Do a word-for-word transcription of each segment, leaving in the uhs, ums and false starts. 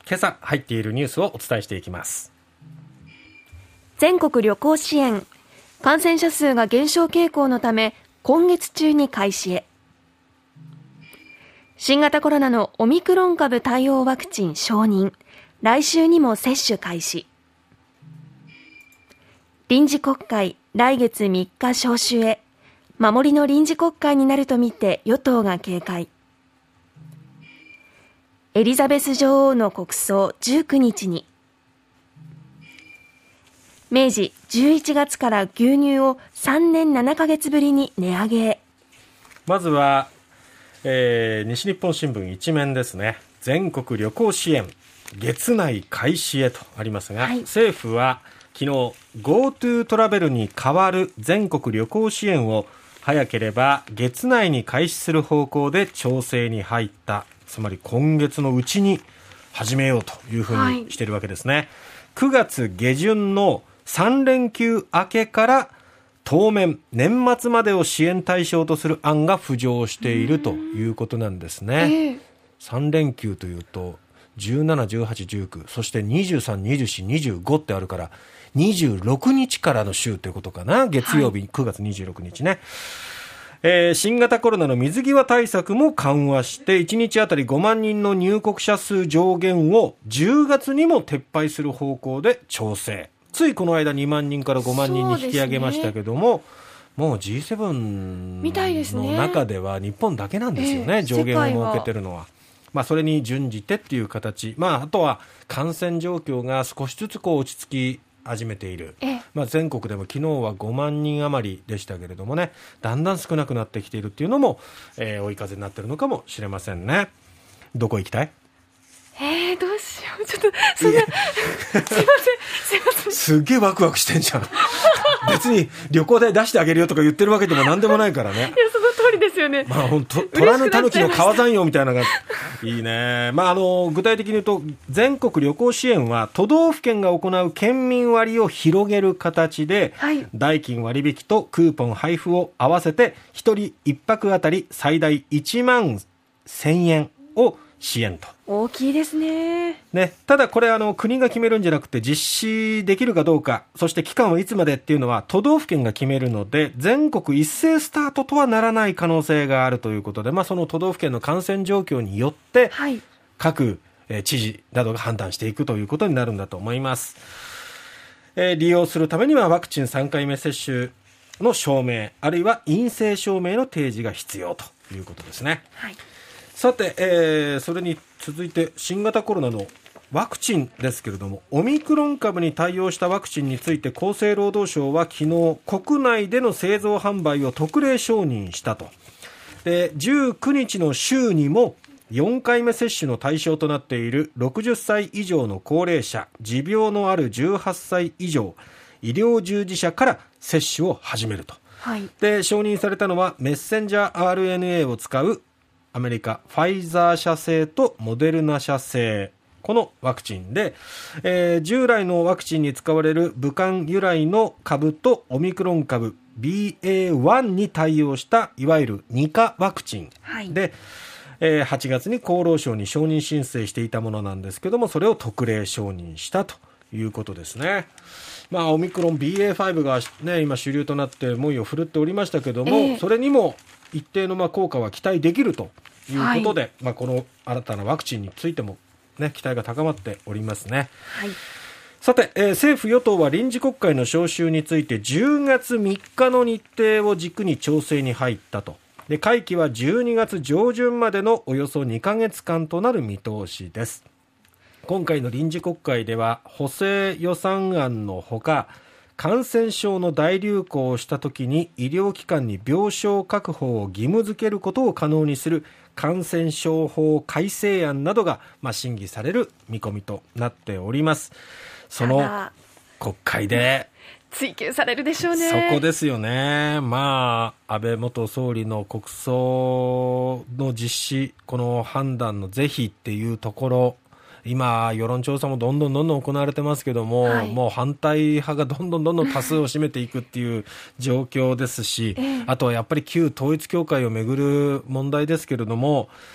今朝入っているニュースをお伝えしていきます。 全国旅行支援、感染者数が減少傾向のため今月中に開始へ。新型コロナのオミクロン株対応ワクチン承認、来週にも接種開始。臨時国会来月みっか召集へ、守りの臨時国会になるとみて与党が警戒。エリザベス女王の国葬じゅうくにちに。明治じゅういちがつから牛乳をさんねんななかげつぶりに値上げへ。 まずは、えー、西日本新聞一面ですね。全国旅行支援月内開始へとありますが、はい、政府は昨日 GoTo トラベルに代わる全国旅行支援を早ければ月内に開始する方向で調整に入った。つまり今月のうちに始めようというふうにしているわけですね、はい、くがつげじゅんのさんれんきゅう明けから当面年末までを支援対象とする案が浮上しているということなんですね、えー、さんれんきゅうというとじゅうなな、じゅうはち、じゅうく、そしてにじゅうさん、にじゅうよん、にじゅうごってあるからにじゅうろくにちからの週ということかな。月曜日、はい、くがつにじゅうろくにちね。えー、新型コロナの水際対策も緩和していちにちあたりごまんにんの入国者数上限をじゅうがつにも撤廃する方向で調整。ついこの間にまんにんからごまんにんに引き上げましたけども、もう ジーセブン の中では日本だけなんですよね、えー、上限を設けてるのは。まあ、それに準じてっていう形、まあ、あとは感染状況が少しずつこう落ち着き始めている、まあ、全国でも昨日はごまんにん余りでしたけれどもね、だんだん少なくなってきているっていうのも、えー、追い風になっているのかもしれませんね。どこ行きたい？ えー、どうしよう、ちょっとそんなすいませんすいません、 すっげえワクワクしてんじゃん別に旅行代出してあげるよとか言ってるわけでも何でもないからね。いや、 その通りですよね。 まあ、本当虎の狸の川山用みたいなのがいいね。まあ、あの具体的に言うと全国旅行支援は都道府県が行う県民割を広げる形で、はい、代金割引とクーポン配布を合わせてひとりいっぱくあたり最大いちまんせんえんを支援と。 大きいですね。 ね、ただこれあの国が決めるんじゃなくて実施できるかどうか、そして期間はいつまでっていうのは都道府県が決めるので全国一斉スタートとはならない可能性があるということで、まあ、その都道府県の感染状況によって、はい、各、えー、知事などが判断していくということになるんだと思います、えー、利用するためにはワクチンさんかいめ接種の証明、あるいは陰性証明の提示が必要ということですね、はい。さて、えー、それに続いて新型コロナのワクチンですけれども、オミクロン株に対応したワクチンについて厚生労働省は昨日国内での製造販売を特例承認したと。で、じゅうくにちの週にもよんかいめ接種の対象となっているろくじゅっさい以上の高齢者、持病のあるじゅうはっさい以上、医療従事者から接種を始めると、はい、で承認されたのはメッセンジャー アールエヌエー を使うアメリカファイザー社製とモデルナ社製、このワクチンで、えー、従来のワクチンに使われる武漢由来の株とオミクロン株 ビーエーワン に対応したいわゆるに価ワクチン、はい、で、えー、はちがつに厚労省に承認申請していたものなんですけども、それを特例承認したということですね。まあ、オミクロン ビーエーファイブ が、ね、今主流となって猛威を振るっておりましたけども、えー、それにも一定のまあ効果は期待できるということで、はい、まあ、この新たなワクチンについても、ね、期待が高まっておりますね、はい。さて、えー、政府与党は臨時国会の召集についてじゅうがつみっかの日程を軸に調整に入ったと。で、会期はじゅうにがつじょうじゅんまでのおよそにかげつかんとなる見通しです。今回の臨時国会では補正予算案のほか、感染症の大流行をしたときに医療機関に病床確保を義務付けることを可能にする感染症法改正案などが、まあ、審議される見込みとなっております。その国会で追及されるでしょうね。 そこですよね。まあ、安倍元総理の国葬の実施、この判断の是非っていうところ、今世論調査もどんどんどんどん行われてますけども、はい、もう反対派がどんどんどんどん多数を占めていくっていう状況ですし、えー、あとはやっぱり旧統一教会をめぐる問題ですけれども、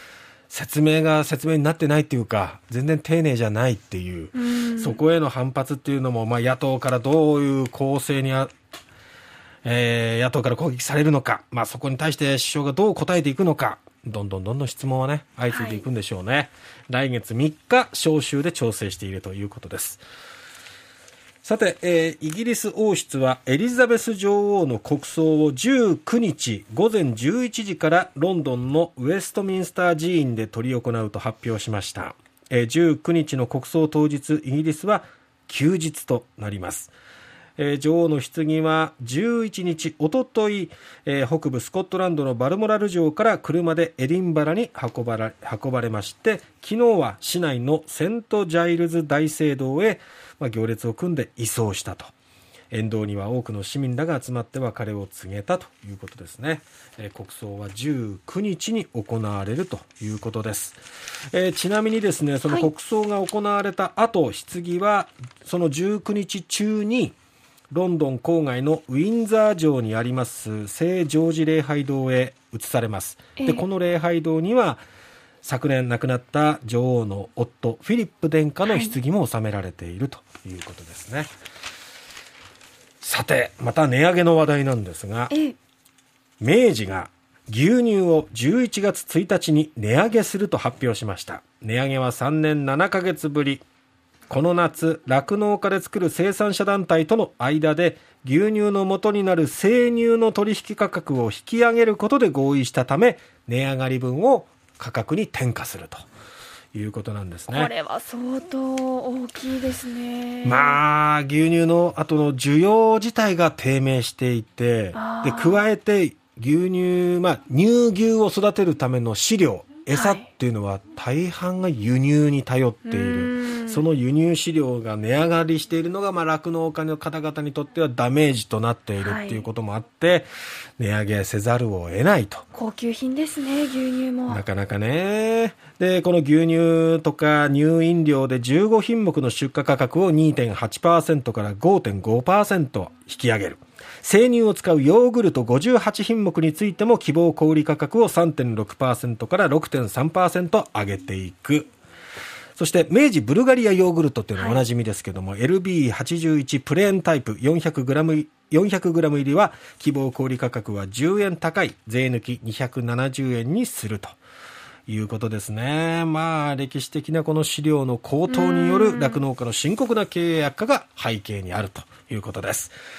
説明が説明になってないっていうか、全然丁寧じゃないっていう、うそこへの反発っていうのも、まあ、野党からどういう攻勢にあ、えー、野党から攻撃されるのか、まあ、そこに対して首相がどう答えていくのか、どんどんどんどん質問はね相次いでいくんでしょうね、はい、来月みっか召集で調整しているということです。さて、えー、イギリス王室はエリザベス女王の国葬をじゅうくにちごぜんじゅういちじからロンドンのウェストミンスター寺院で執り行うと発表しました。えー、じゅうくにちの国葬当日、イギリスは休日となります。えー、女王の棺はじゅういちにちおととい、えー、北部スコットランドのバルモラル城から車でエディンバラに運ばれ、運ばれまして、昨日は市内のセントジャイルズ大聖堂へ、まあ、行列を組んで移送したと。沿道には多くの市民らが集まって別れを告げたということですね。えー、国葬はじゅうくにちに行われるということです。えー、ちなみにですね、その国葬が行われた後、はい、棺はそのじゅうくにち中にロンドン郊外のウィンザー城にあります聖ジョージ礼拝堂へ移されます。で、えー、この礼拝堂には昨年亡くなった女王の夫フィリップ殿下の棺も収められているということですね。はい、さて、また値上げの話題なんですが、え明治が牛乳をじゅういちがつついたちに値上げすると発表しました。値上げはさんねんななかげつぶり。この夏、酪農家で作る生産者団体との間で牛乳の元になる生乳の取引価格を引き上げることで合意したため、値上がり分を価格に転嫁するということなんですね。 これは相当大きいですね。 まあ、牛乳の後の需要自体が低迷していて、で加えて牛乳、まあ、乳牛を育てるための飼料、餌っていうのは大半が輸入に頼っている、はい、その輸入飼料が値上がりしているのが、まあ、酪農家の方々にとってはダメージとなっているっていうこともあって、はい、値上げせざるを得ないと。 高級品ですね、牛乳も。 なかなかね。で、この牛乳とか乳飲料でじゅうごひんもくの出荷価格を にてんはちパーセント から ごてんごパーセント 引き上げる。生乳を使うヨーグルトごじゅうはちひんもくについても希望小売価格を さんてんろくパーセント から ろくてんさんパーセント 上げていく。そして明治ブルガリアヨーグルトっていうのはおなじみですけども、はい、エルビーはちじゅういち プレーンタイプ よんひゃくグラム よんひゃくグラム 入りは希望小売価格はじゅうえん高い税抜きにひゃくななじゅうえんにするということですね。まあ歴史的なこの飼料の高騰による酪農家の深刻な経営悪化が背景にあるということです。